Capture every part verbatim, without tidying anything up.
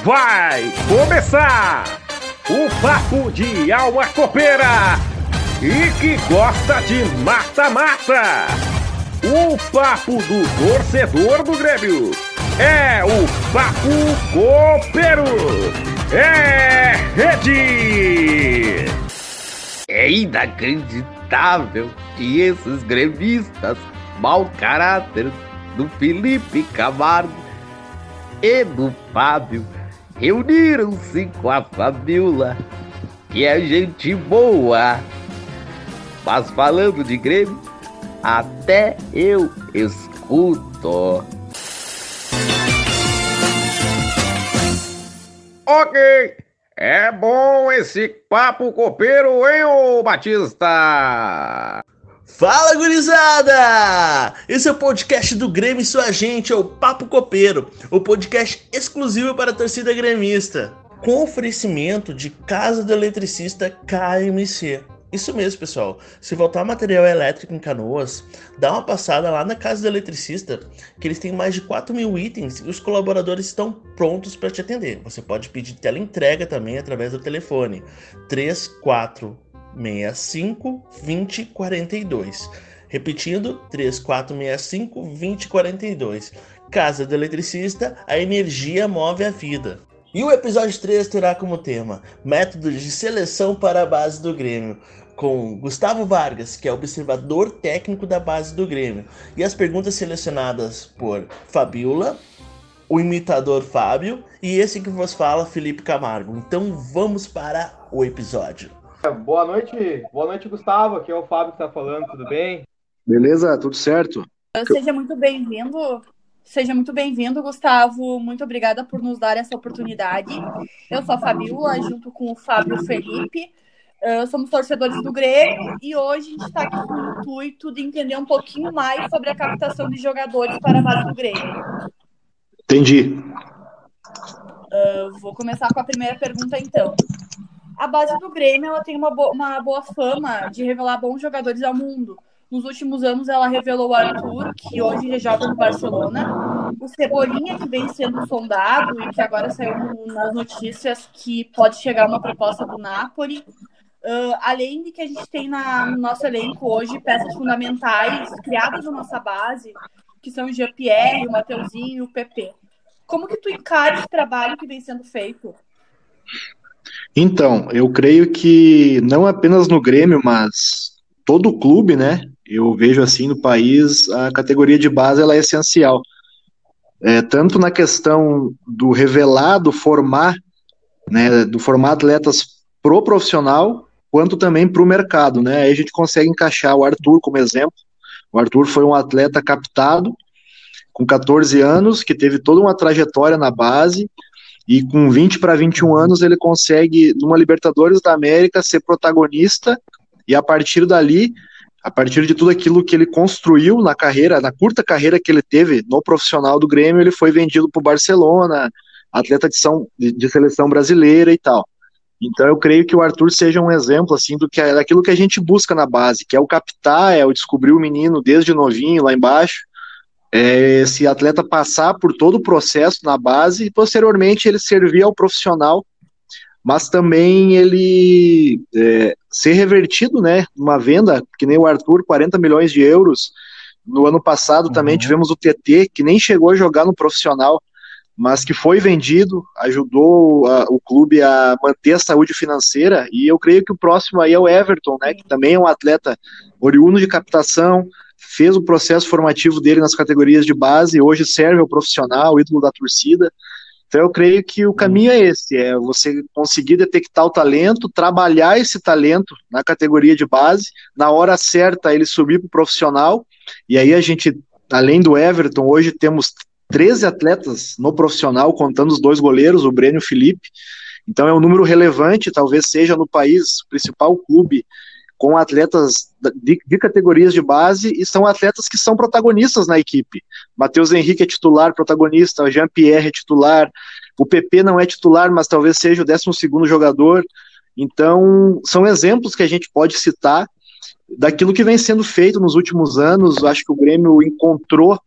Vai começar o papo de alma copeira e que gosta de mata-mata. O papo do torcedor do Grêmio é o papo copeiro. É rede. É inacreditável que esses gremistas mau caráter do Felipe Camargo e do Fábio reuniram-se com a Fabiola, que é gente boa. Mas falando de Grêmio, até eu escuto. Ok, é bom esse papo copeiro, hein, ô Batista? Fala, gurizada! Esse é o podcast do Grêmio e sua gente, é o Papo Copeiro, o podcast exclusivo para a torcida gremista, com oferecimento de Casa do Eletricista K M C. Isso mesmo, pessoal. Se faltar material elétrico em Canoas, dá uma passada lá na Casa do Eletricista, que eles têm mais de quatro mil itens e os colaboradores estão prontos para te atender. Você pode pedir teleentrega também através do telefone três quatro seis cinco, dois zero quatro dois. Repetindo, três quatro seis cinco, dois zero quatro dois. Casa do Eletricista, a energia move a vida. E o episódio três terá como tema métodos de seleção para a base do Grêmio, com Gustavo Vargas, que é observador técnico da base do Grêmio, e as perguntas selecionadas por Fabiola, o imitador Fábio e esse que vos fala, Felipe Camargo. Então vamos para o episódio. Boa noite, boa noite, Gustavo. Aqui é o Fábio que está falando, tudo bem? Beleza, tudo certo? Seja muito bem-vindo, seja muito bem-vindo, Gustavo. Muito obrigada por nos dar essa oportunidade. Eu sou a Fabiola, junto com o Fábio Felipe. Uh, somos torcedores do Grêmio e hoje a gente está aqui com o intuito de entender um pouquinho mais sobre a captação de jogadores para a base do Grêmio. Entendi. Uh, vou começar com a primeira pergunta, então. A base do Grêmio ela tem uma, bo- uma boa fama de revelar bons jogadores ao mundo. Nos últimos anos, ela revelou o Arthur, que hoje já joga no Barcelona, o Cebolinha, que vem sendo sondado e que agora saiu no, nas notícias que pode chegar uma proposta do Napoli. Uh, além de que a gente tem na, no nosso elenco hoje peças fundamentais criadas na nossa base, que são o Jean-Pierre, o Mateuzinho e o P P. Como que tu encara esse trabalho que vem sendo feito? Então, eu creio que não apenas no Grêmio, mas todo o clube, né? Eu vejo assim no país, a categoria de base ela é essencial. É, tanto na questão do revelar, do formar, né, do formar atletas pro profissional, quanto também pro mercado, né? Aí a gente consegue encaixar o Arthur como exemplo. O Arthur foi um atleta captado com catorze anos, que teve toda uma trajetória na base, e com vinte para vinte e um anos ele consegue, numa Libertadores da América, ser protagonista, e a partir dali, a partir de tudo aquilo que ele construiu na carreira, na curta carreira que ele teve no profissional do Grêmio, ele foi vendido para o Barcelona, atleta de, são, de, de seleção brasileira e tal. Então eu creio que o Arthur seja um exemplo assim, do que, daquilo que a gente busca na base, que é o captar, é o descobrir o menino desde novinho lá embaixo, é esse atleta passar por todo o processo na base e posteriormente ele servir ao profissional, mas também ele é, ser revertido, né, numa venda, que nem o Arthur, quarenta milhões de euros. No ano passado também uhum. tivemos o T T, que nem chegou a jogar no profissional, mas que foi vendido, ajudou a, o clube a manter a saúde financeira, e eu creio que o próximo aí é o Everton, né, que também é um atleta oriundo de captação, fez o processo formativo dele nas categorias de base, hoje serve ao profissional, ídolo da torcida. Então eu creio que o caminho é esse, é você conseguir detectar o talento, trabalhar esse talento na categoria de base, na hora certa ele subir para o profissional, e aí a gente, além do Everton, hoje temos treze atletas no profissional, contando os dois goleiros, o Breno e o Felipe. Então é um número relevante, talvez seja no país o principal clube com atletas de, de categorias de base, e são atletas que são protagonistas na equipe. Matheus Henrique é titular, protagonista, o Jean-Pierre é titular, o P P não é titular, mas talvez seja o décimo segundo jogador. Então, são exemplos que a gente pode citar daquilo que vem sendo feito nos últimos anos. Acho que o Grêmio encontrou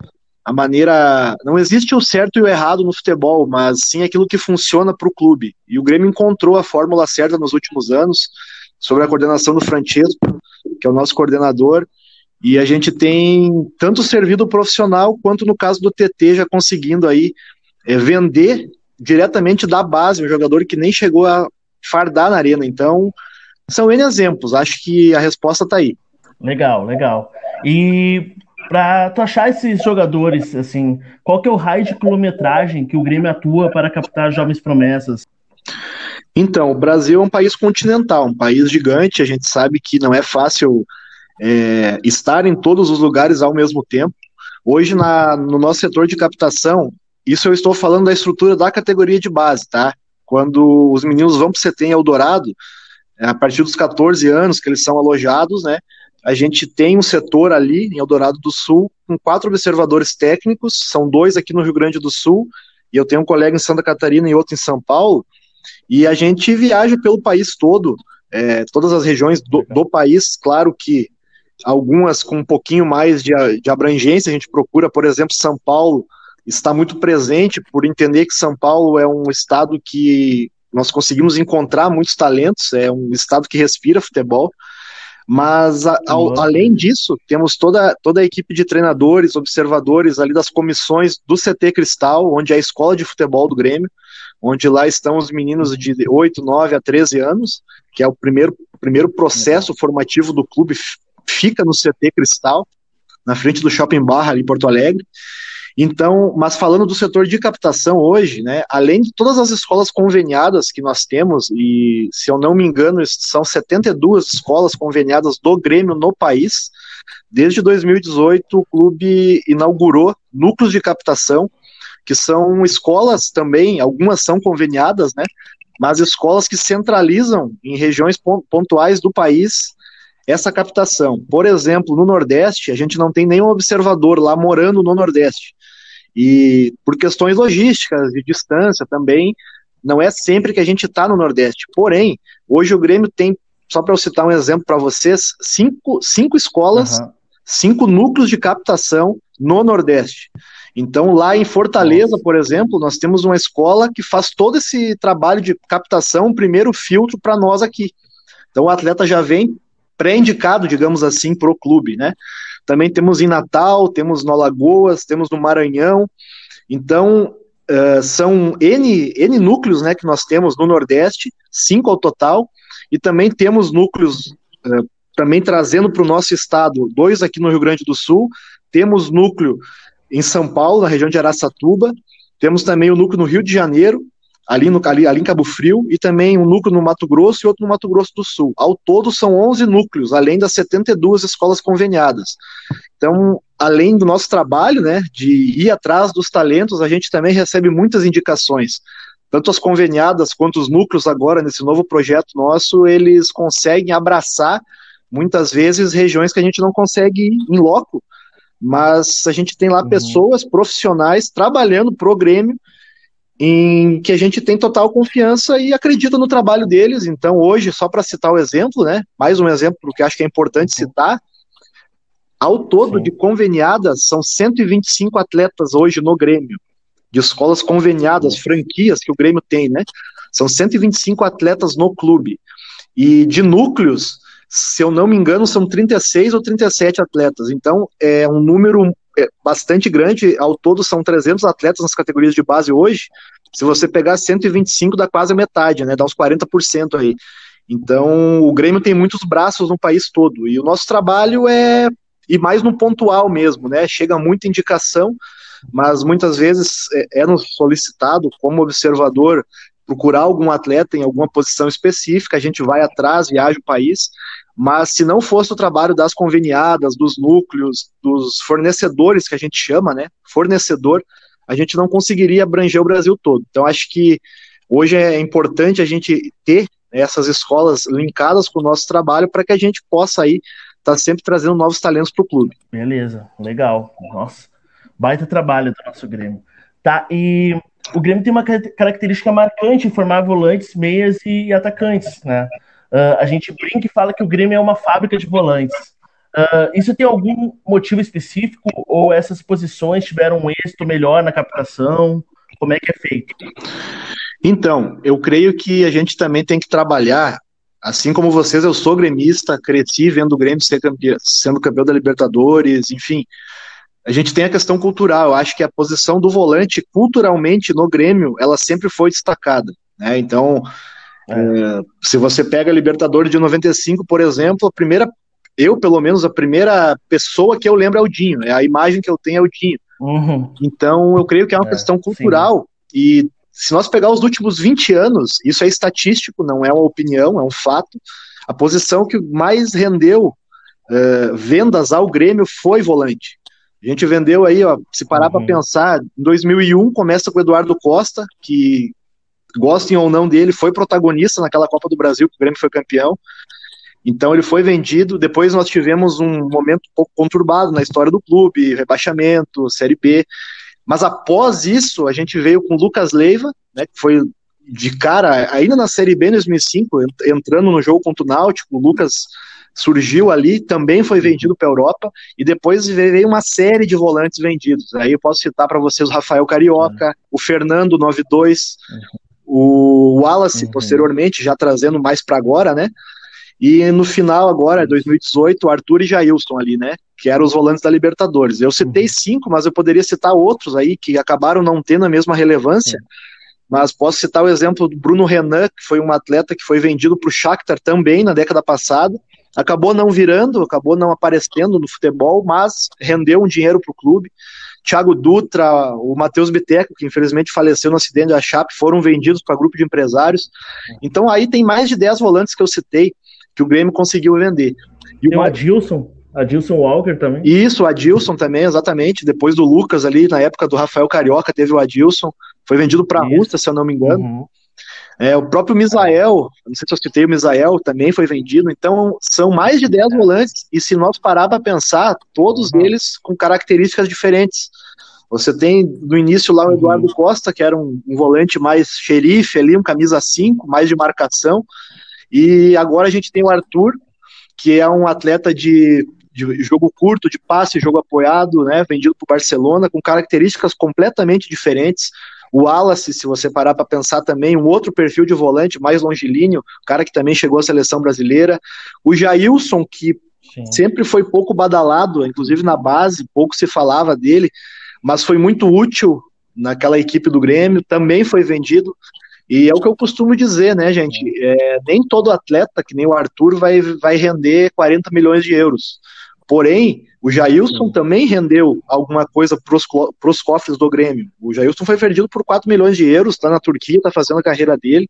a maneira... Não existe o certo e o errado no futebol, mas sim aquilo que funciona para o clube. E o Grêmio encontrou a fórmula certa nos últimos anos, sobre a coordenação do Francesco, que é o nosso coordenador, e a gente tem tanto servido o profissional, quanto no caso do T T, já conseguindo aí é, vender diretamente da base, um jogador que nem chegou a fardar na arena. Então, são N exemplos, acho que a resposta está aí. Legal, legal. E para tu achar esses jogadores, assim, qual que é o raio de quilometragem que o Grêmio atua para captar jovens promessas? Então, o Brasil é um país continental, um país gigante, a gente sabe que não é fácil é, estar em todos os lugares ao mesmo tempo. Hoje, na, no nosso setor de captação, isso eu estou falando da estrutura da categoria de base, tá? Quando os meninos vão para o C T em Eldorado, a partir dos catorze anos que eles são alojados, né? A gente tem um setor ali em Eldorado do Sul com quatro observadores técnicos, são dois aqui no Rio Grande do Sul, e eu tenho um colega em Santa Catarina e outro em São Paulo, e a gente viaja pelo país todo, é, todas as regiões do, do país, claro que algumas com um pouquinho mais de, de abrangência, a gente procura, por exemplo, São Paulo está muito presente, por entender que São Paulo é um estado que nós conseguimos encontrar muitos talentos, é um estado que respira futebol, mas a, ao, além disso, temos toda, toda a equipe de treinadores, observadores ali das comissões do C T Cristal, onde é a escola de futebol do Grêmio, onde lá estão os meninos de oito, nove a treze anos, que é o primeiro, primeiro processo formativo do clube, fica no C T Cristal, na frente do Shopping Barra, ali em Porto Alegre. Então, mas falando do setor de captação hoje, né, além de todas as escolas conveniadas que nós temos, e se eu não me engano, são setenta e duas escolas conveniadas do Grêmio no país, desde dois mil e dezoito o clube inaugurou núcleos de captação, que são escolas também, algumas são conveniadas, né, mas escolas que centralizam em regiões pontuais do país essa captação. Por exemplo, no Nordeste, a gente não tem nenhum observador lá morando no Nordeste. E por questões logísticas, de distância também, não é sempre que a gente está no Nordeste. Porém, hoje o Grêmio tem, só para eu citar um exemplo para vocês, cinco, cinco escolas, uhum. cinco núcleos de captação no Nordeste. Então, lá em Fortaleza, por exemplo, nós temos uma escola que faz todo esse trabalho de captação, primeiro filtro para nós aqui. Então, o atleta já vem pré-indicado, digamos assim, para o clube, né? Também temos em Natal, temos no Alagoas, temos no Maranhão. Então, uh, são N, N núcleos, né, que nós temos no Nordeste, cinco ao total, e também temos núcleos, uh, também trazendo para o nosso estado, dois aqui no Rio Grande do Sul, temos núcleo em São Paulo, na região de Araçatuba, temos também o núcleo no Rio de Janeiro, ali, no, ali, ali em Cabo Frio, e também um núcleo no Mato Grosso e outro no Mato Grosso do Sul. Ao todo são onze núcleos, além das setenta e duas escolas conveniadas. Então, além do nosso trabalho, né, de ir atrás dos talentos, a gente também recebe muitas indicações. Tanto as conveniadas quanto os núcleos agora, nesse novo projeto nosso, eles conseguem abraçar, muitas vezes, regiões que a gente não consegue ir em loco, mas a gente tem lá uhum. pessoas profissionais trabalhando pro Grêmio, em que a gente tem total confiança e acredita no trabalho deles. Então hoje, só para citar o exemplo, né, mais um exemplo que acho que é importante citar, ao todo Sim. de conveniadas, são cento e vinte e cinco atletas hoje no Grêmio, de escolas conveniadas, Sim. franquias que o Grêmio tem, né, são cento e vinte e cinco atletas no clube, e de núcleos, se eu não me engano, são trinta e seis ou trinta e sete atletas, então é um número bastante grande, ao todo são trezentos atletas nas categorias de base hoje. Se você pegar cento e vinte e cinco, dá quase a metade, né, dá uns quarenta por cento aí. Então o Grêmio tem muitos braços no país todo, e o nosso trabalho é ir mais no pontual mesmo, né, chega muita indicação, mas muitas vezes é, é nos solicitado como observador procurar algum atleta em alguma posição específica, a gente vai atrás, viaja o país, mas se não fosse o trabalho das conveniadas, dos núcleos, dos fornecedores, que a gente chama, né, fornecedor, a gente não conseguiria abranger o Brasil todo. Então acho que hoje é importante a gente ter essas escolas linkadas com o nosso trabalho para que a gente possa aí estar tá sempre trazendo novos talentos para o clube. Beleza, legal. Nossa, baita trabalho do nosso Grêmio. Tá, e o Grêmio tem uma característica marcante em formar volantes, meias e atacantes, né? Uh, a gente brinca e fala que o Grêmio é uma fábrica de volantes. Uh, isso tem algum motivo específico ou essas posições tiveram um êxito melhor na captação? Como é que é feito? Então, eu creio que a gente também tem que trabalhar, assim como vocês, eu sou gremista, cresci vendo o Grêmio ser campeão, sendo campeão da Libertadores, enfim. A gente tem a questão cultural, eu acho que a posição do volante, culturalmente, no Grêmio, ela sempre foi destacada, né? Então, é. É, se você pega a Libertadores de noventa e cinco, por exemplo, a primeira, eu, pelo menos, a primeira pessoa que eu lembro é o Dinho, é a imagem que eu tenho é o Dinho. Uhum. Então, eu creio que é uma é, questão cultural, sim. E se nós pegar os últimos vinte anos, isso é estatístico, não é uma opinião, é um fato, a posição que mais rendeu uh, vendas ao Grêmio foi volante. A gente vendeu aí, ó, se parar uhum. para pensar, em dois mil e um começa com o Eduardo Costa, que, gostem ou não dele, foi protagonista naquela Copa do Brasil, que o Grêmio foi campeão. Então ele foi vendido, depois nós tivemos um momento um pouco conturbado na história do clube, rebaixamento, Série B, mas após isso a gente veio com o Lucas Leiva, né, que foi de cara, ainda na Série B em dois mil e cinco, entrando no jogo contra o Náutico, o Lucas surgiu ali, também foi vendido para a Europa, e depois veio uma série de volantes vendidos. Aí eu posso citar para vocês o Rafael Carioca, uhum. o Fernando noventa e dois, uhum. o Wallace, uhum. posteriormente, já trazendo mais para agora, né? E no final agora, dois mil e dezoito, o Arthur e Jailson ali, né? Que eram os volantes da Libertadores. Eu citei uhum. cinco, mas eu poderia citar outros aí que acabaram não tendo a mesma relevância. Uhum. Mas posso citar o exemplo do Bruno Renan, que foi um atleta que foi vendido para o Shakhtar também na década passada. Acabou não virando, acabou não aparecendo no futebol, mas rendeu um dinheiro para o clube. Thiago Dutra, o Matheus Bitteco, que infelizmente faleceu no acidente da Chape, foram vendidos para grupo de empresários. Então aí tem mais de dez volantes que eu citei, que o Grêmio conseguiu vender. E tem o Adilson, Adilson Walker também. Isso, o Adilson também, exatamente. Depois do Lucas ali, na época do Rafael Carioca, teve o Adilson. Foi vendido para a Rússia, se eu não me engano. Uhum. É, o próprio Misael, não sei se eu citei o Misael, também foi vendido. Então, são mais de dez volantes. E se nós parar para pensar, todos uhum. eles com características diferentes. Você tem, no início lá, o Eduardo uhum. Costa, que era um, um volante mais xerife ali, um camisa cinco, mais de marcação. E agora a gente tem o Arthur, que é um atleta de, de jogo curto, de passe, jogo apoiado, né, vendido para o Barcelona, com características completamente diferentes. O Wallace, se você parar para pensar também, um outro perfil de volante mais longilíneo, cara que também chegou à seleção brasileira. O Jailson, que Sim. sempre foi pouco badalado, inclusive na base, pouco se falava dele, mas foi muito útil naquela equipe do Grêmio, também foi vendido. E é o que eu costumo dizer, né, gente? É, nem todo atleta, que nem o Arthur, vai, vai render quarenta milhões de euros. Porém, o Jailson Sim. também rendeu alguma coisa para os cofres do Grêmio. O Jailson foi vendido por quatro milhões de euros, está na Turquia, está fazendo a carreira dele.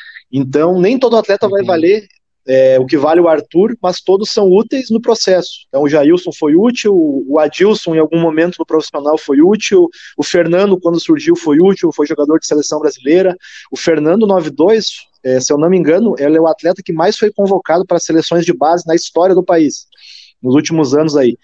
Então, nem todo atleta vai valer é, o que vale o Arthur, mas todos são úteis no processo. Então, o Jailson foi útil, o Adilson, em algum momento no profissional, foi útil, o Fernando, quando surgiu, foi útil, foi jogador de seleção brasileira. O Fernando noventa e dois, é, se eu não me engano, ele é o atleta que mais foi convocado para seleções de base na história do país, nos últimos anos aí.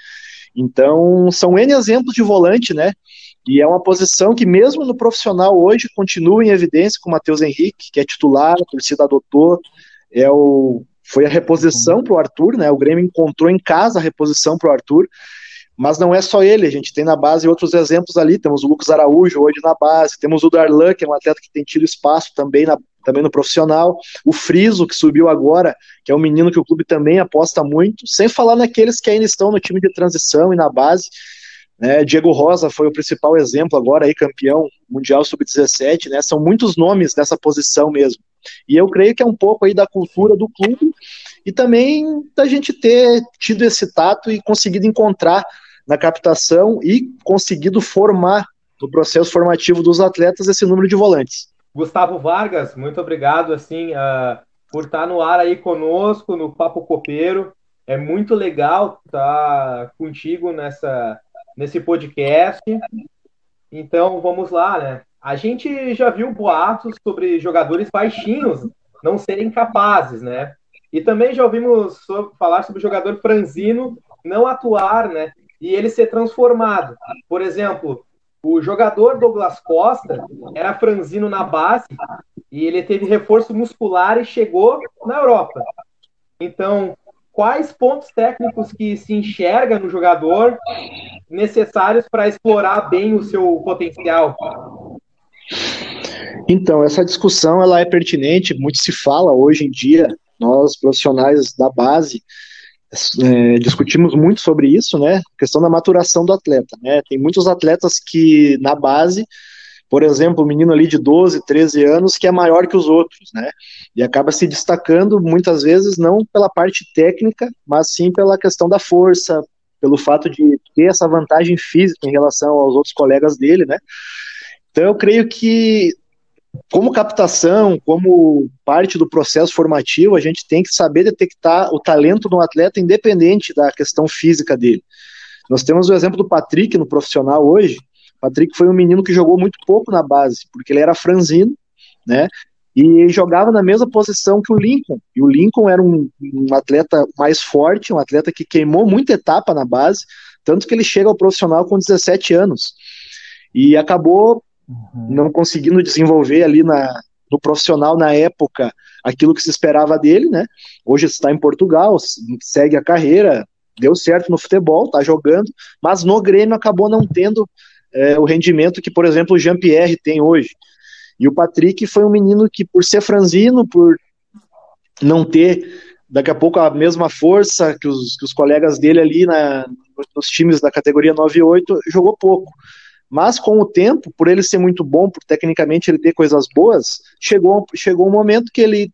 Então, são N exemplos de volante, né? E é uma posição que mesmo no profissional hoje continua em evidência com o Matheus Henrique, que é titular, a torcida adotou, é o, foi a reposição para o Arthur, né? O Grêmio encontrou em casa a reposição para o Arthur, mas não é só ele, a gente tem na base outros exemplos ali, temos o Lucas Araújo hoje na base, temos o Darlan, que é um atleta que tem tido espaço também, na, também no profissional, o Friso, que subiu agora, que é um menino que o clube também aposta muito, sem falar naqueles que ainda estão no time de transição e na base, né? Diego Rosa foi o principal exemplo agora, aí, campeão mundial sub dezessete, né? São muitos nomes nessa posição mesmo. E eu creio que é um pouco aí da cultura do clube e também da gente ter tido esse tato e conseguido encontrar na captação e conseguido formar no processo formativo dos atletas esse número de volantes. Gustavo Vargas, muito obrigado assim, uh, por estar no ar aí conosco, no Papo Copeiro. É muito legal estar contigo nessa, nesse podcast. Então, vamos lá, né? A gente já viu boatos sobre jogadores baixinhos não serem capazes, né? E também já ouvimos sobre, falar sobre o jogador franzino não atuar, né? E ele ser transformado. Por exemplo, o jogador Douglas Costa era franzino na base e ele teve reforço muscular e chegou na Europa. Então, quais pontos técnicos que se enxerga no jogador necessários para explorar bem o seu potencial? Então, essa discussão ela é pertinente, muito se fala hoje em dia, nós profissionais da base é, discutimos muito sobre isso, né, a questão da maturação do atleta, né, tem muitos atletas que na base, por exemplo, o menino ali de doze, treze anos que é maior que os outros, né, e acaba se destacando muitas vezes não pela parte técnica, mas sim pela questão da força, pelo fato de ter essa vantagem física em relação aos outros colegas dele, né. Então eu creio que como captação, como parte do processo formativo, a gente tem que saber detectar o talento do atleta independente da questão física dele. Nós temos o exemplo do Patrick no profissional hoje. O Patrick foi um menino que jogou muito pouco na base, porque ele era franzino, né, e jogava na mesma posição que o Lincoln, e o Lincoln era um, um atleta mais forte, um atleta que queimou muita etapa na base, tanto que ele chega ao profissional com dezessete anos, e acabou não conseguindo desenvolver ali na, no profissional na época aquilo que se esperava dele, né? Hoje está em Portugal, segue a carreira, deu certo no futebol, está jogando, mas no Grêmio acabou não tendo é, o rendimento que, por exemplo, o Jean-Pierre tem hoje. E o Patrick foi um menino que, por ser franzino, por não ter daqui a pouco a mesma força que os, que os colegas dele ali na, nos times da categoria nove e oito, jogou pouco. Mas com o tempo, por ele ser muito bom, por tecnicamente ele ter coisas boas, chegou, chegou um momento que ele,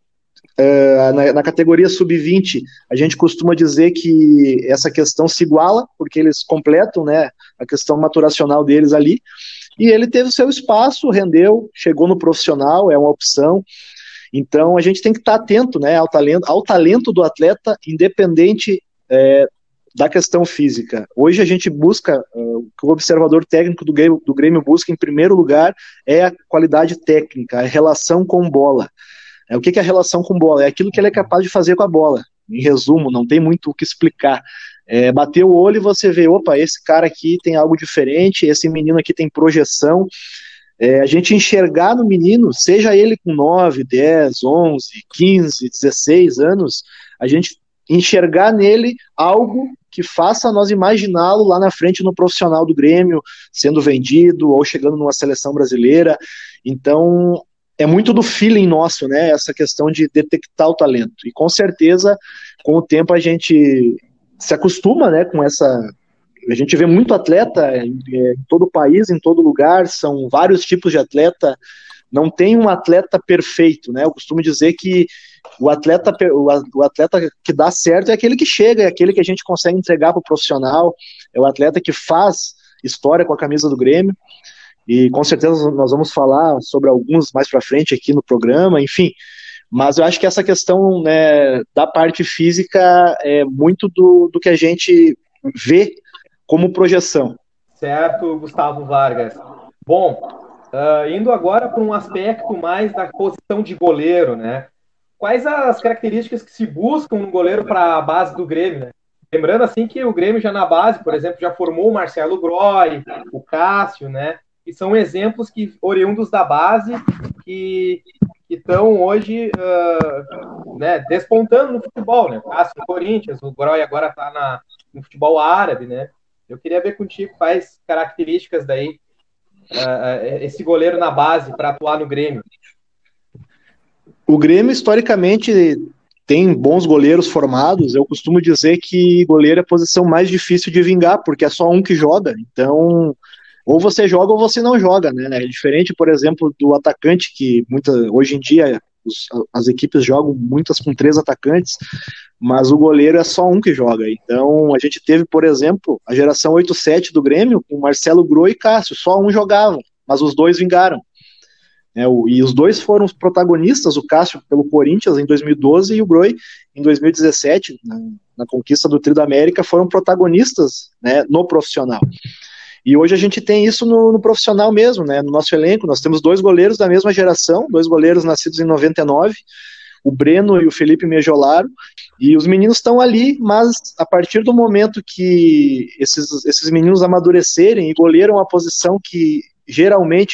uh, na, na categoria sub vinte, a gente costuma dizer que essa questão se iguala, porque eles completam, né, a questão maturacional deles ali, e ele teve o seu espaço, rendeu, chegou no profissional, é uma opção. Então a gente tem que estar atento, né, ao talento, ao talento do atleta, independente é, da questão física. Hoje a gente busca, uh, o que o observador técnico do Grêmio, do Grêmio busca em primeiro lugar é a qualidade técnica, a relação com bola. É, o que, que é a relação com bola? É aquilo que ele é capaz de fazer com a bola. Em resumo, não tem muito o que explicar. É, bater o olho e você vê, opa, esse cara aqui tem algo diferente, esse menino aqui tem projeção. É, a gente enxergar no menino, seja ele com nove, dez, onze, quinze, dezesseis anos, a gente enxergar nele algo que faça nós imaginá-lo lá na frente no profissional do Grêmio, sendo vendido ou chegando numa seleção brasileira. Então, é muito do feeling nosso, né, essa questão de detectar o talento. E com certeza, com o tempo a gente se acostuma, né, com essa... A gente vê muito atleta em, em todo o país, em todo lugar, são vários tipos de atleta, não tem um atleta perfeito, né, eu costumo dizer que o atleta, o atleta que dá certo é aquele que chega, é aquele que a gente consegue entregar para o profissional, é o atleta que faz história com a camisa do Grêmio, e com certeza nós vamos falar sobre alguns mais para frente aqui no programa, enfim, mas eu acho que essa questão, né, da parte física é muito do, do que a gente vê como projeção. Certo, Gustavo Vargas. Bom, uh, indo agora para um aspecto mais da posição de goleiro, né? Quais as características que se buscam no goleiro para a base do Grêmio, né? Lembrando assim que o Grêmio já na base, por exemplo, já formou o Marcelo Groy, o Cássio, né? E são exemplos que oriundos da base que estão hoje uh, né, despontando no futebol, né? O Cássio no Corinthians, o Groy agora está no futebol árabe, né? Eu queria ver contigo quais características daí uh, esse goleiro na base para atuar no Grêmio. O Grêmio, historicamente, tem bons goleiros formados. Eu costumo dizer que goleiro é a posição mais difícil de vingar, porque é só um que joga. Então, ou você joga ou você não joga, né? É diferente, por exemplo, do atacante, que muita, hoje em dia os, as equipes jogam muitas com três atacantes, mas o goleiro é só um que joga. Então, a gente teve, por exemplo, a geração oito sete do Grêmio, com Marcelo Groy e Cássio. Só um jogava, mas os dois vingaram. É, o, e os dois foram os protagonistas, o Cássio pelo Corinthians em dois mil e doze e o Groy em dois mil e dezessete, na, na conquista do Tri da América, foram protagonistas, né, no profissional. E hoje a gente tem isso no, no profissional mesmo, né, no nosso elenco. Nós temos dois goleiros da mesma geração, dois goleiros nascidos em noventa e nove, o Breno e o Felipe Mejolaro, e os meninos estão ali, mas a partir do momento que esses, esses meninos amadurecerem e goleiro é uma posição que geralmente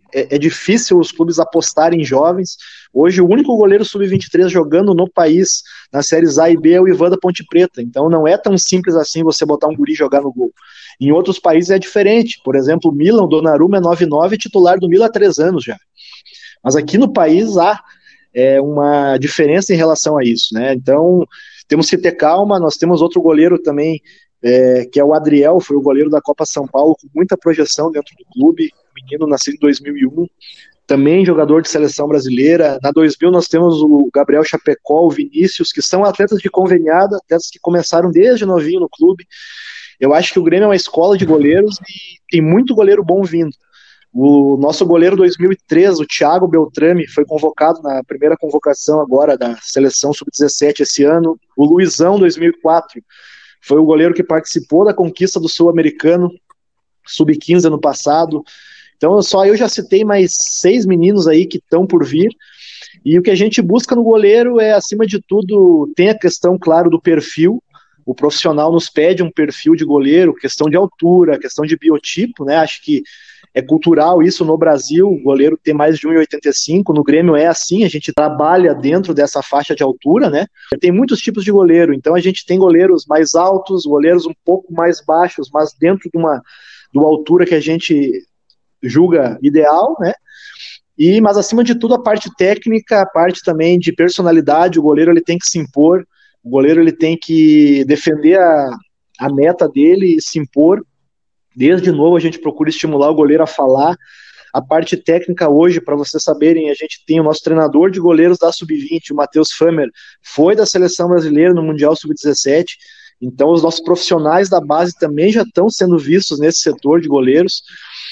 é, é difícil os clubes apostarem em jovens. Hoje o único goleiro sub vinte e três jogando no país, nas séries A e B, é o Ivan da Ponte Preta, então não é tão simples assim você botar um guri e jogar no gol. Em outros países é diferente, por exemplo, o Milan, o Donnarumma é nove nove, titular do Milan há três anos já. Mas aqui no país há é, uma diferença em relação a isso, né? Então temos que ter calma. Nós temos outro goleiro também, é, que é o Adriel, foi o goleiro da Copa São Paulo, com muita projeção dentro do clube, menino nascido em dois mil e um, também jogador de seleção brasileira. Na dois mil nós temos o Gabriel Chapecó, o Vinícius, que são atletas de conveniada, atletas que começaram desde novinho no clube. Eu acho que o Grêmio é uma escola de goleiros e tem muito goleiro bom vindo. O nosso goleiro dois mil e três, o Thiago Beltrame, foi convocado na primeira convocação agora da seleção sub dezessete esse ano. O Luizão, dois mil e quatro, foi o goleiro que participou da conquista do Sul-Americano sub quinze ano passado. Então só eu já citei mais seis meninos aí que estão por vir. E o que a gente busca no goleiro é, acima de tudo, tem a questão, claro, do perfil. O profissional nos pede um perfil de goleiro, questão de altura, questão de biotipo, né? Acho que é cultural isso no Brasil, o goleiro ter mais de um e oitenta e cinco, no Grêmio é assim, a gente trabalha dentro dessa faixa de altura, né? Tem muitos tipos de goleiro, então a gente tem goleiros mais altos, goleiros um pouco mais baixos, mas dentro de uma, de uma altura que a gente julga ideal, né? E, mas acima de tudo a parte técnica, a parte também de personalidade, o goleiro ele tem que se impor, o goleiro ele tem que defender a, a meta dele e se impor. Desde novo a gente procura estimular o goleiro a falar. A parte técnica hoje, para vocês saberem, a gente tem o nosso treinador de goleiros da sub vinte, o Matheus Famer, foi da seleção brasileira no Mundial sub dezessete, então os nossos profissionais da base também já estão sendo vistos nesse setor de goleiros.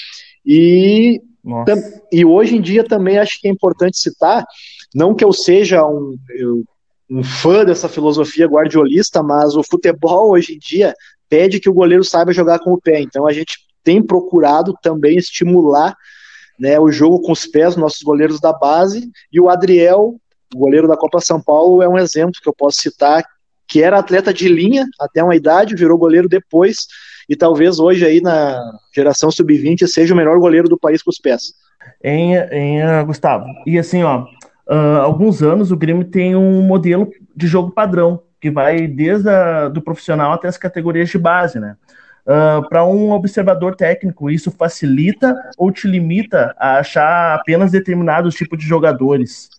E, tam, e hoje em dia também acho que é importante citar, não que eu seja um, eu, um fã dessa filosofia guardiolista, mas o futebol hoje em dia pede que o goleiro saiba jogar com o pé, então a gente tem procurado também estimular, né, o jogo com os pés, nossos goleiros da base, e o Adriel, o goleiro da Copa São Paulo, é um exemplo que eu posso citar, que era atleta de linha até uma idade, virou goleiro depois, e talvez hoje aí na geração sub vinte seja o melhor goleiro do país com os pés. Em, em uh, Gustavo, e assim, ó, uh, há alguns anos o Grêmio tem um modelo de jogo padrão, que vai desde a, do profissional até as categorias de base, né? Uh, para um observador técnico, isso facilita ou te limita a achar apenas determinados tipos de jogadores?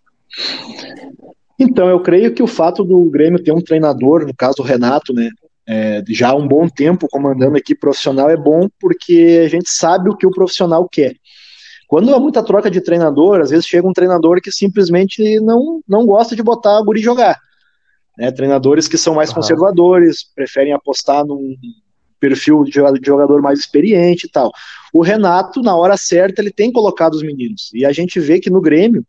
Então, eu creio que o fato do Grêmio ter um treinador, no caso o Renato, né, é, já há um bom tempo comandando a equipe profissional, é bom porque a gente sabe o que o profissional quer. Quando há muita troca de treinador, às vezes chega um treinador que simplesmente não, não gosta de botar a guri jogar. Né, treinadores que são mais conservadores, preferem apostar num perfil de jogador mais experiente e tal. O Renato, na hora certa, ele tem colocado os meninos. E a gente vê que no Grêmio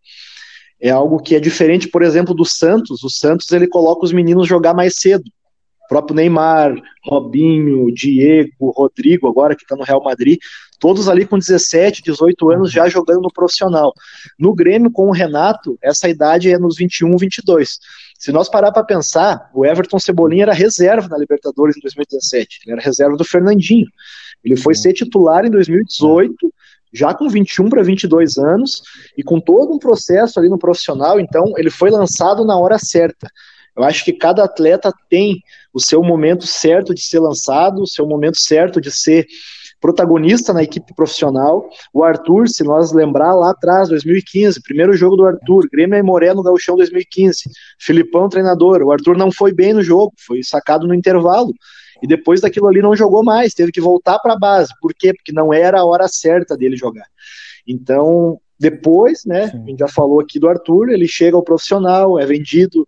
é algo que é diferente, por exemplo, do Santos. O Santos, ele coloca os meninos jogar mais cedo. O próprio Neymar, Robinho, Diego, Rodrigo, agora que está no Real Madrid, todos ali com dezessete, dezoito anos já jogando no profissional. No Grêmio, com o Renato, essa idade é nos vinte e um, vinte e dois. Se nós parar para pensar, o Everton Cebolinha era reserva na Libertadores em dois mil e dezessete, ele era reserva do Fernandinho. Ele foi ser titular em dois mil e dezoito, já com vinte e um para vinte e dois anos, e com todo um processo ali no profissional, então ele foi lançado na hora certa. Eu acho que cada atleta tem o seu momento certo de ser lançado, o seu momento certo de ser protagonista na equipe profissional. O Arthur, se nós lembrar lá atrás, dois mil e quinze, primeiro jogo do Arthur, Grêmio e Moré no Gauchão dois mil e quinze, Filipão treinador, o Arthur não foi bem no jogo, foi sacado no intervalo, e depois daquilo ali não jogou mais, teve que voltar para a base. Por quê? Porque não era a hora certa dele jogar. Então, depois, né, Sim. a gente já falou aqui do Arthur, ele chega ao profissional, é vendido,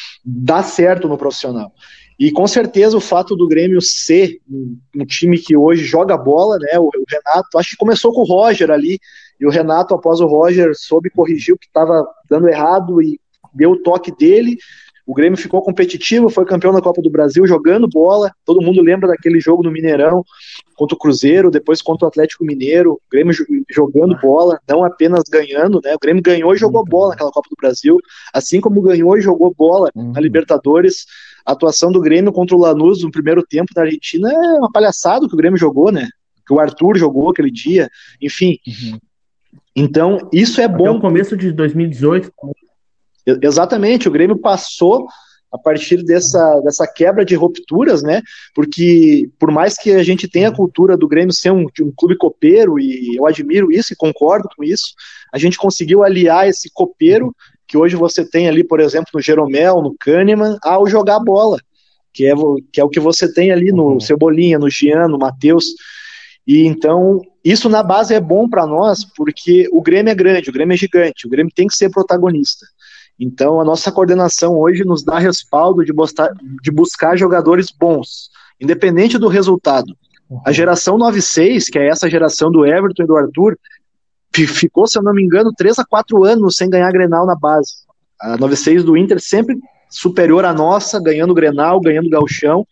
dá certo no profissional. E com certeza o fato do Grêmio ser um, um time que hoje joga bola, né, o, o Renato, acho que começou com o Roger ali, e o Renato, após o Roger, soube corrigir o que estava dando errado e deu o toque dele. O Grêmio ficou competitivo, foi campeão da Copa do Brasil, jogando bola. Todo mundo lembra daquele jogo no Mineirão contra o Cruzeiro, depois contra o Atlético Mineiro. O Grêmio jogando bola, não apenas ganhando, né? O Grêmio ganhou e jogou bola naquela Copa do Brasil, assim como ganhou e jogou bola na Libertadores. A atuação do Grêmio contra o Lanús no primeiro tempo na Argentina é uma palhaçada que o Grêmio jogou, né? Que o Arthur jogou aquele dia, enfim. Uhum. Então, isso é bom. No começo de dois mil e dezoito. Exatamente, o Grêmio passou a partir dessa, dessa quebra de rupturas, né? Porque por mais que a gente tenha a cultura do Grêmio ser um, um clube copeiro, e eu admiro isso e concordo com isso, a gente conseguiu aliar esse copeiro que hoje você tem ali, por exemplo, no Jeromel, no Kahneman, ao jogar bola, que é, que é o que você tem ali no Cebolinha, no Jean, no Matheus. E então, isso na base é bom para nós, porque o Grêmio é grande, o Grêmio é gigante, o Grêmio tem que ser protagonista. Então, a nossa coordenação hoje nos dá respaldo de buscar, de buscar jogadores bons, independente do resultado. A geração nove seis, que é essa geração do Everton e do Arthur, ficou, se eu não me engano, três a quatro anos sem ganhar Grenal na base. A nove seis do Inter sempre superior à nossa, ganhando Grenal, ganhando Gauchão.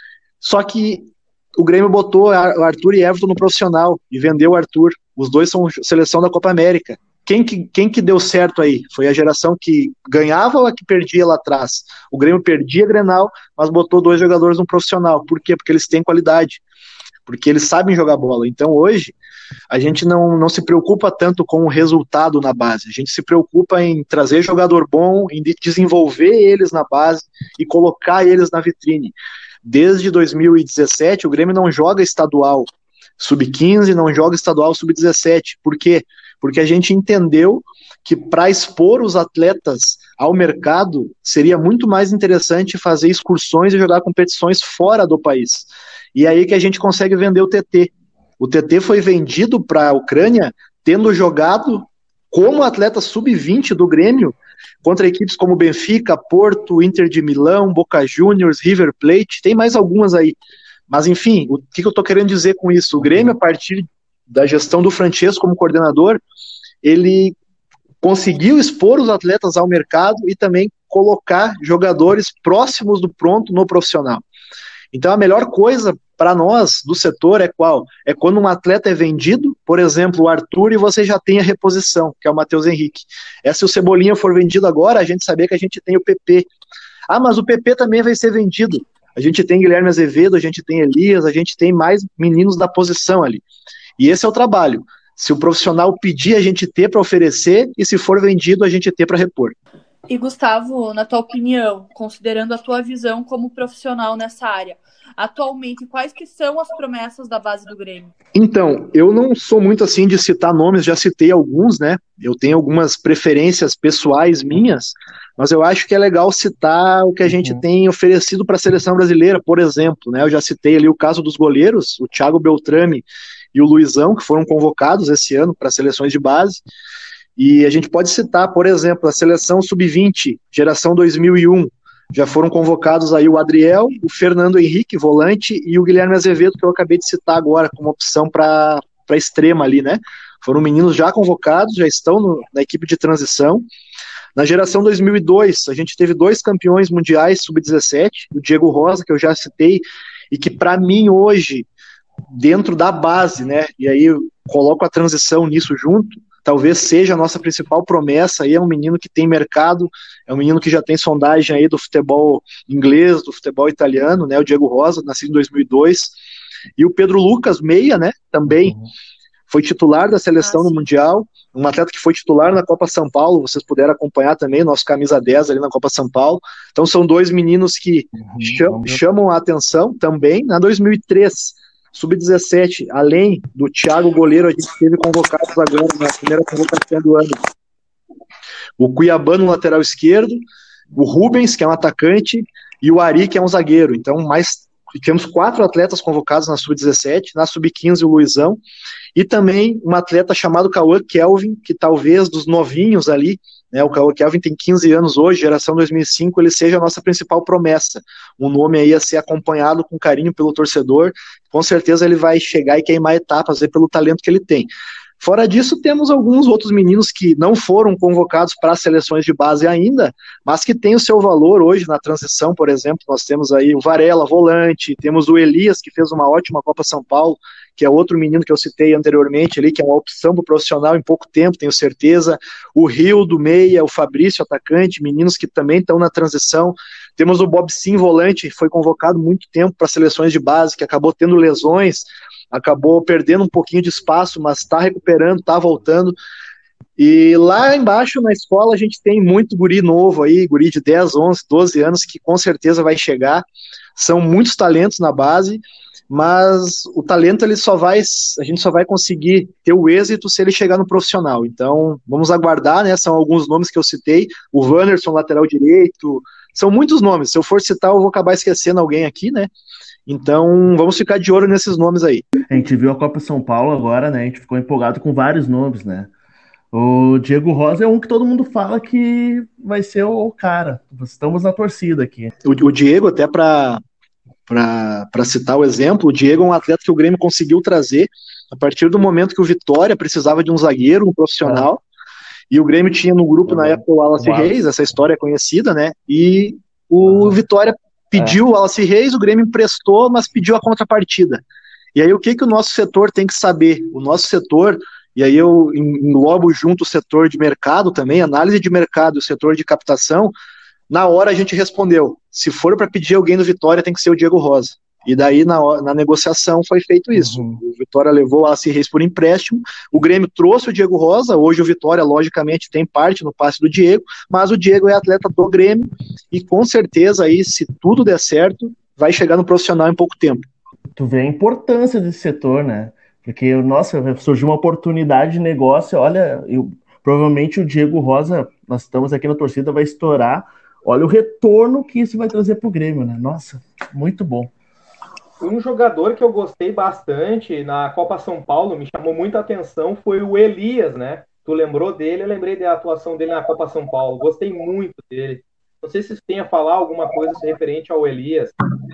Só que o Grêmio botou o Arthur e Everton no profissional e vendeu o Arthur. Os dois são seleção da Copa América. Quem que, quem que deu certo aí? Foi a geração que ganhava ou a que perdia lá atrás? O Grêmio perdia Grenal, mas botou dois jogadores no profissional. Por quê? Porque eles têm qualidade. Porque eles sabem jogar bola. Então hoje, a gente não, não se preocupa tanto com o resultado na base. A gente se preocupa em trazer jogador bom, em desenvolver eles na base e colocar eles na vitrine. Desde dois mil e dezessete, o Grêmio não joga estadual sub quinze, não joga estadual sub dezessete. Por quê? Porque a gente entendeu que para expor os atletas ao mercado, seria muito mais interessante fazer excursões e jogar competições fora do país. E aí que a gente consegue vender o T T. O T T foi vendido para a Ucrânia tendo jogado como atleta sub vinte do Grêmio contra equipes como Benfica, Porto, Inter de Milão, Boca Juniors, River Plate, tem mais algumas aí. Mas enfim, o que eu estou querendo dizer com isso? O Grêmio, a partir da gestão do Francesco como coordenador, ele conseguiu expor os atletas ao mercado e também colocar jogadores próximos do pronto no profissional. Então a melhor coisa para nós do setor é qual? É quando um atleta é vendido, por exemplo, o Arthur, e você já tem a reposição, que é o Matheus Henrique. É, se o Cebolinha for vendido agora, a gente saber que a gente tem o P P. Ah, mas o P P também vai ser vendido. A gente tem Guilherme Azevedo, a gente tem Elias, a gente tem mais meninos da posição ali. E esse é o trabalho. Se o profissional pedir, a gente ter para oferecer, e se for vendido, a gente ter para repor. E Gustavo, na tua opinião, considerando a tua visão como profissional nessa área, atualmente, quais que são as promessas da base do Grêmio? Então, eu não sou muito assim de citar nomes, já citei alguns, né? Eu tenho algumas preferências pessoais minhas, mas eu acho que é legal citar o que a gente uhum. tem oferecido para a seleção brasileira, por exemplo, né? Eu já citei ali o caso dos goleiros, o Thiago Beltrame e o Luizão, que foram convocados esse ano para seleções de base. E a gente pode citar, por exemplo, a seleção sub vinte, geração dois mil e um, já foram convocados aí o Adriel, o Fernando Henrique, volante, e o Guilherme Azevedo, que eu acabei de citar agora, como opção para a extrema ali, né? Foram meninos já convocados, já estão no, na equipe de transição. Na geração dois mil e dois, a gente teve dois campeões mundiais sub dezessete, o Diego Rosa, que eu já citei, e que para mim hoje, dentro da base, né? E aí eu coloco a transição nisso junto, talvez seja a nossa principal promessa. Aí é um menino que tem mercado, é um menino que já tem sondagem aí do futebol inglês, do futebol italiano, né? O Diego Rosa, nascido em dois mil e dois, e o Pedro Lucas, meia, né? Também uhum. foi titular da seleção Nossa. no Mundial, um atleta que foi titular na Copa São Paulo, vocês puderam acompanhar também, nosso camisa dez ali na Copa São Paulo. Então são dois meninos que uhum. cham, chamam a atenção também. Na dois mil e três, sub dezessete, além do Thiago goleiro, a gente teve convocados agora na primeira convocação do ano o Cuiabá no lateral esquerdo, o Rubens, que é um atacante, e o Ari, que é um zagueiro. Então, mais tivemos quatro atletas convocados na sub dezessete, na sub quinze o Luizão, e também um atleta chamado Cauã Kelvin, que talvez dos novinhos ali, né, o Cauã Kelvin tem quinze anos hoje, geração dois mil e cinco, ele seja a nossa principal promessa, um nome aí a ser acompanhado com carinho pelo torcedor. Com certeza ele vai chegar e queimar etapas aí pelo talento que ele tem. Fora disso, temos alguns outros meninos que não foram convocados para as seleções de base ainda, mas que têm o seu valor hoje na transição. Por exemplo, nós temos aí o Varela, volante, temos o Elias, que fez uma ótima Copa São Paulo, que é outro menino que eu citei anteriormente ali, que é uma opção para o profissional em pouco tempo, tenho certeza. O Rio do meia, o Fabrício, atacante, meninos que também estão na transição. Temos o Bob Sim, volante, que foi convocado muito tempo para seleções de base, que acabou tendo lesões, acabou perdendo um pouquinho de espaço, mas está recuperando, está voltando. E lá embaixo na escola a gente tem muito guri novo aí, guri de dez, onze, doze anos, que com certeza vai chegar. São muitos talentos na base, mas o talento ele só vai, a gente só vai conseguir ter o êxito se ele chegar no profissional. Então vamos aguardar, né? São alguns nomes que eu citei, o Wanderson, lateral direito, são muitos nomes. Se eu for citar, eu vou acabar esquecendo alguém aqui, né? Então vamos ficar de olho nesses nomes aí. A gente viu a Copa São Paulo agora, né? A gente ficou empolgado com vários nomes, né? O Diego Rosa é um que todo mundo fala que vai ser o cara. Estamos na torcida aqui. O, o Diego, até para para citar o exemplo, o Diego é um atleta que o Grêmio conseguiu trazer a partir do momento que o Vitória precisava de um zagueiro, um profissional, é. E o Grêmio tinha no grupo é. na época o Wallace Uau. Reis, essa história é conhecida, né? E o ah. Vitória pediu é. o Wallace Reis, o Grêmio emprestou, mas pediu a contrapartida. E aí o que, que o nosso setor tem que saber? O nosso setor... E aí eu englobo junto o setor de mercado também, análise de mercado e o setor de captação. Na hora a gente respondeu, se for para pedir alguém do Vitória tem que ser o Diego Rosa. E daí na, na negociação foi feito isso. Uhum. O Vitória levou o Wallace Reis por empréstimo, o Grêmio trouxe o Diego Rosa, hoje o Vitória logicamente tem parte no passe do Diego, mas o Diego é atleta do Grêmio e com certeza aí, se tudo der certo, vai chegar no profissional em pouco tempo. Tu vê a importância desse setor, né? Porque, nossa, surgiu uma oportunidade de negócio, olha, eu, provavelmente o Diego Rosa, nós estamos aqui na torcida, vai estourar, olha o retorno que isso vai trazer para o Grêmio, né? Nossa, muito bom. Um jogador que eu gostei bastante na Copa São Paulo, me chamou muita atenção, foi o Elias, né? Tu lembrou dele? Eu lembrei da atuação dele na Copa São Paulo, gostei muito dele. Não sei se você tem a falar alguma coisa referente ao Elias.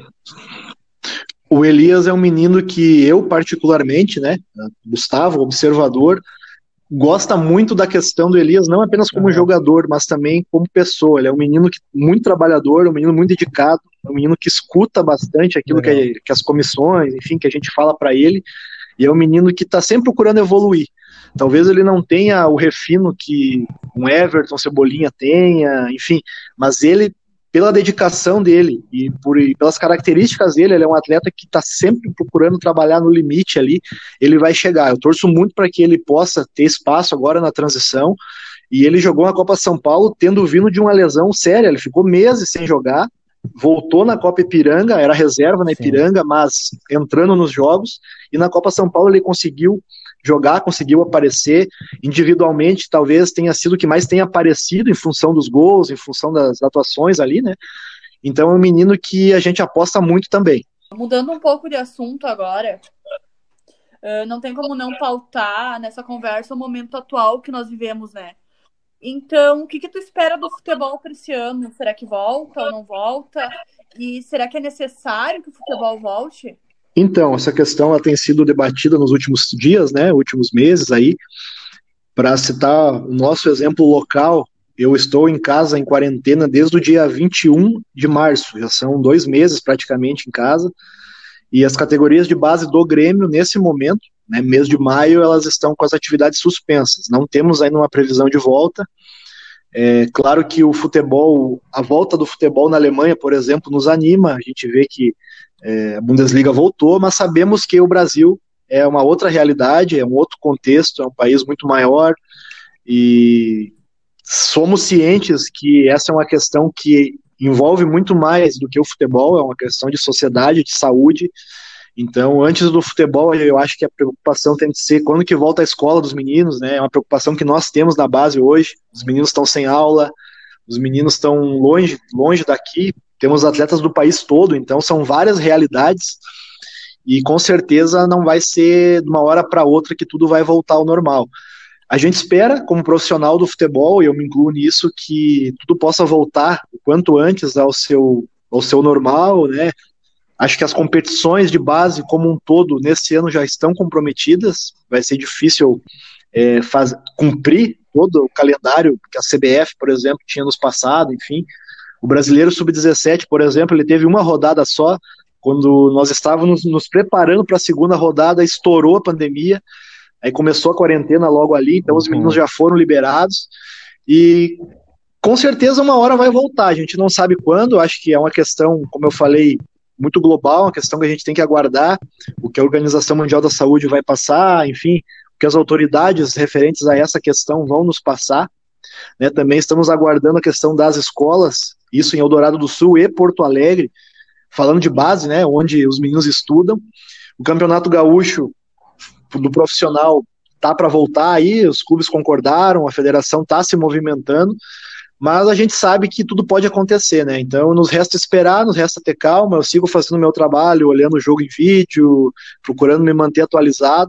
O Elias é um menino que eu, particularmente, né, Gustavo, observador, gosta muito da questão do Elias, não apenas como uhum. jogador, mas também como pessoa. Ele é um menino que, muito trabalhador, um menino muito dedicado, um menino que escuta bastante aquilo uhum. que, que as comissões, enfim, que a gente fala para ele, e é um menino que está sempre procurando evoluir. Talvez ele não tenha o refino que um Everton, Cebolinha tenha, enfim, mas ele, pela dedicação dele e, por, e pelas características dele, ele é um atleta que está sempre procurando trabalhar no limite ali, ele vai chegar. Eu torço muito para que ele possa ter espaço agora na transição, e ele jogou na Copa São Paulo tendo vindo de uma lesão séria, ele ficou meses sem jogar, voltou na Copa Ipiranga, era reserva na Ipiranga, Sim. mas entrando nos jogos, e na Copa São Paulo ele conseguiu jogar, conseguiu aparecer individualmente, talvez tenha sido o que mais tenha aparecido em função dos gols, em função das atuações ali, né? Então é um menino que a gente aposta muito também. Mudando um pouco de assunto agora, uh, não tem como não pautar nessa conversa o momento atual que nós vivemos, né? Então, o que que tu espera do futebol para esse ano? Será que volta ou não volta? E será que é necessário que o futebol volte? Então, essa questão ela tem sido debatida nos últimos dias, né, últimos meses aí. Para citar o nosso exemplo local, eu estou em casa em quarentena desde o dia vinte e um de março, já são dois meses praticamente em casa, e as categorias de base do Grêmio, nesse momento, né, mês de maio, elas estão com as atividades suspensas, não temos ainda uma previsão de volta. É claro que o futebol, a volta do futebol na Alemanha, por exemplo, nos anima, a gente vê que É, a Bundesliga voltou, mas sabemos que o Brasil é uma outra realidade, é um outro contexto, é um país muito maior, e somos cientes que essa é uma questão que envolve muito mais do que o futebol, é uma questão de sociedade, de saúde. Então, antes do futebol, eu acho que a preocupação tem que ser quando que volta a escola dos meninos, né? É uma preocupação que nós temos na base hoje, os meninos estão sem aula, os meninos estão longe, longe daqui. Temos atletas do país todo, então são várias realidades e com certeza não vai ser de uma hora para outra que tudo vai voltar ao normal. A gente espera, como profissional do futebol, e eu me incluo nisso, que tudo possa voltar o quanto antes ao seu, ao seu normal, né? Acho que as competições de base como um todo nesse ano já estão comprometidas, vai ser difícil é, faz, cumprir todo o calendário que a C B F, por exemplo, tinha nos passado, enfim. O Brasileiro sub dezessete, por exemplo, ele teve uma rodada só, quando nós estávamos nos preparando para a segunda rodada, estourou a pandemia, aí começou a quarentena logo ali, então os meninos já foram liberados, e com certeza uma hora vai voltar, a gente não sabe quando, acho que é uma questão, como eu falei, muito global, uma questão que a gente tem que aguardar, o que a Organização Mundial da Saúde vai passar, enfim, o que as autoridades referentes a essa questão vão nos passar, né? Também estamos aguardando a questão das escolas, isso em Eldorado do Sul e Porto Alegre, falando de base, né, onde os meninos estudam. O Campeonato Gaúcho do profissional tá para voltar aí, os clubes concordaram, a federação está se movimentando, mas a gente sabe que tudo pode acontecer, né? Então nos resta esperar, nos resta ter calma. Eu sigo fazendo meu trabalho, olhando o jogo em vídeo, procurando me manter atualizado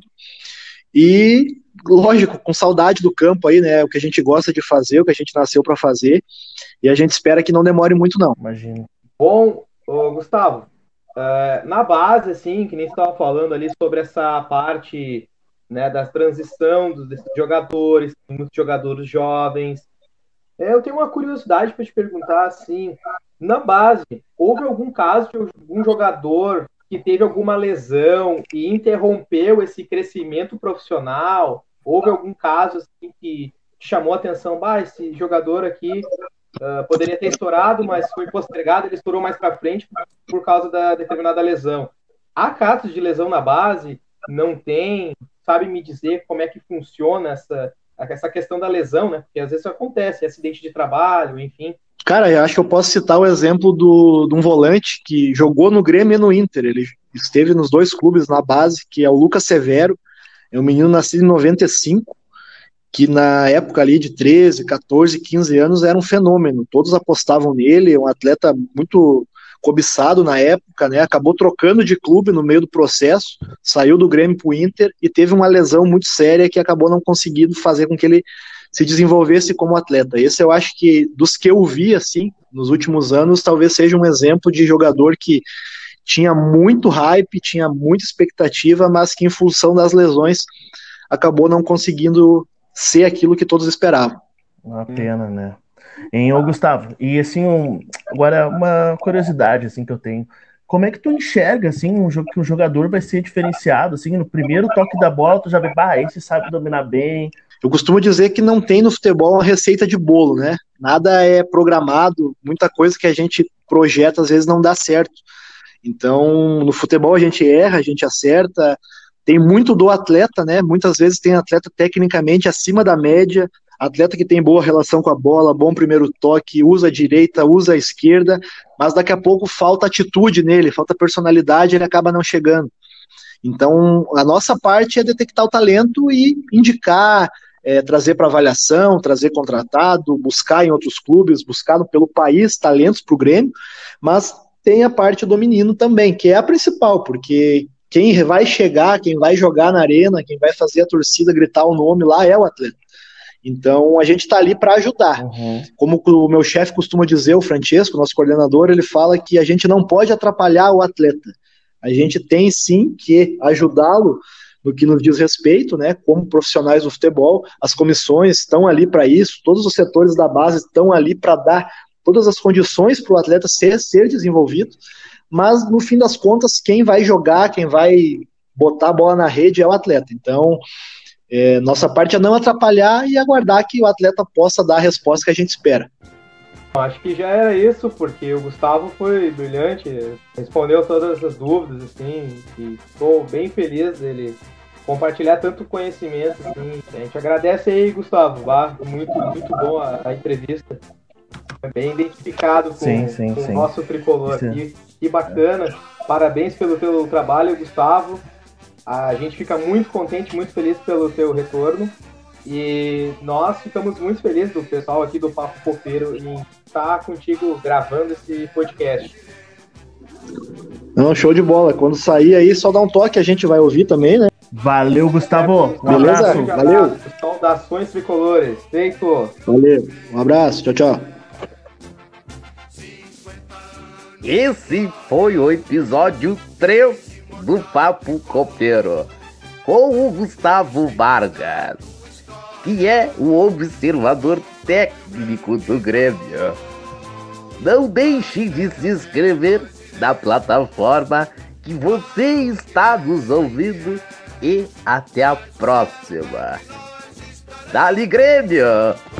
e, lógico, com saudade do campo aí, né? O que a gente gosta de fazer, o que a gente nasceu para fazer, e a gente espera que não demore muito, não. Imagina. Bom, ô, Gustavo, uh, na base, assim, que nem você estava falando ali sobre essa parte, né, da transição dos, desses jogadores, muitos jogadores jovens. É, eu tenho uma curiosidade para te perguntar, assim, na base, houve algum caso de algum jogador que teve alguma lesão e interrompeu esse crescimento profissional? Houve algum caso assim, que te chamou a atenção? Bah, esse jogador aqui uh, poderia ter estourado, mas foi postergado, ele estourou mais para frente por causa da determinada lesão. Há casos de lesão na base? Não tem? Sabe me dizer como é que funciona essa, essa questão da lesão, né? Porque às vezes isso acontece, acidente de trabalho, enfim. Cara, eu acho que eu posso citar o exemplo do, de um volante que jogou no Grêmio e no Inter. Ele esteve nos dois clubes na base, que é o Lucas Severo. É um menino nascido em noventa e cinco, que na época ali de treze, catorze, quinze anos era um fenômeno. Todos apostavam nele, um atleta muito cobiçado na época, né? Acabou trocando de clube no meio do processo, saiu do Grêmio para o Inter e teve uma lesão muito séria que acabou não conseguindo fazer com que ele se desenvolvesse como atleta. Esse eu acho que, dos que eu vi, assim, nos últimos anos, talvez seja um exemplo de jogador que tinha muito hype, tinha muita expectativa, mas que em função das lesões acabou não conseguindo ser aquilo que todos esperavam. Uma pena, né? Em ô Gustavo, e assim, um, agora uma curiosidade assim que eu tenho. Como é que tu enxerga assim um jogo que um jogador vai ser diferenciado assim no primeiro toque da bola, tu já vê, bah, esse sabe dominar bem. Eu costumo dizer que não tem no futebol uma receita de bolo, né? Nada é programado, muita coisa que a gente projeta às vezes não dá certo. Então, no futebol a gente erra, a gente acerta, tem muito do atleta, né? Muitas vezes tem atleta tecnicamente acima da média, atleta que tem boa relação com a bola, bom primeiro toque, usa a direita, usa a esquerda, mas daqui a pouco falta atitude nele, falta personalidade, ele acaba não chegando. Então, a nossa parte é detectar o talento e indicar, é, trazer para avaliação, trazer contratado, buscar em outros clubes, buscar pelo país talentos para o Grêmio, mas tem a parte do menino também, que é a principal, porque quem vai chegar, quem vai jogar na arena, quem vai fazer a torcida gritar o nome lá é o atleta. Então a gente está ali para ajudar. Uhum. Como o meu chefe costuma dizer, o Francesco, nosso coordenador, ele fala que a gente não pode atrapalhar o atleta. A gente tem sim que ajudá-lo no que nos diz respeito, né? Como profissionais do futebol, as comissões estão ali para isso, todos os setores da base estão ali para dar todas as condições para o atleta ser, ser desenvolvido, mas no fim das contas, quem vai jogar, quem vai botar a bola na rede é o atleta. Então, é, nossa parte é não atrapalhar e aguardar que o atleta possa dar a resposta que a gente espera. Acho que já era isso, porque o Gustavo foi brilhante, respondeu todas as dúvidas, assim, e estou bem feliz dele compartilhar tanto conhecimento, assim. A gente agradece aí, Gustavo, tá? muito, muito bom a, a entrevista, bem identificado com, sim, sim, com sim. o nosso tricolor sim. aqui, que bacana, parabéns pelo teu trabalho, Gustavo, a gente fica muito contente, muito feliz pelo teu retorno. E nós ficamos muito felizes do pessoal aqui do Papo Copeiro em estar contigo gravando esse podcast. Não, show de bola. Quando sair aí, só dá um toque, a gente vai ouvir também, né? Valeu, Gustavo. Um Beleza? Abraço, Valeu. Saudações tricolores. Feito. Valeu. Um abraço. Tchau, tchau. Esse foi o episódio três do Papo Copeiro, com o Gustavo Vargas, que é o observador técnico do Grêmio. Não deixe de se inscrever na plataforma que você está nos ouvindo e até a próxima. Dali Grêmio!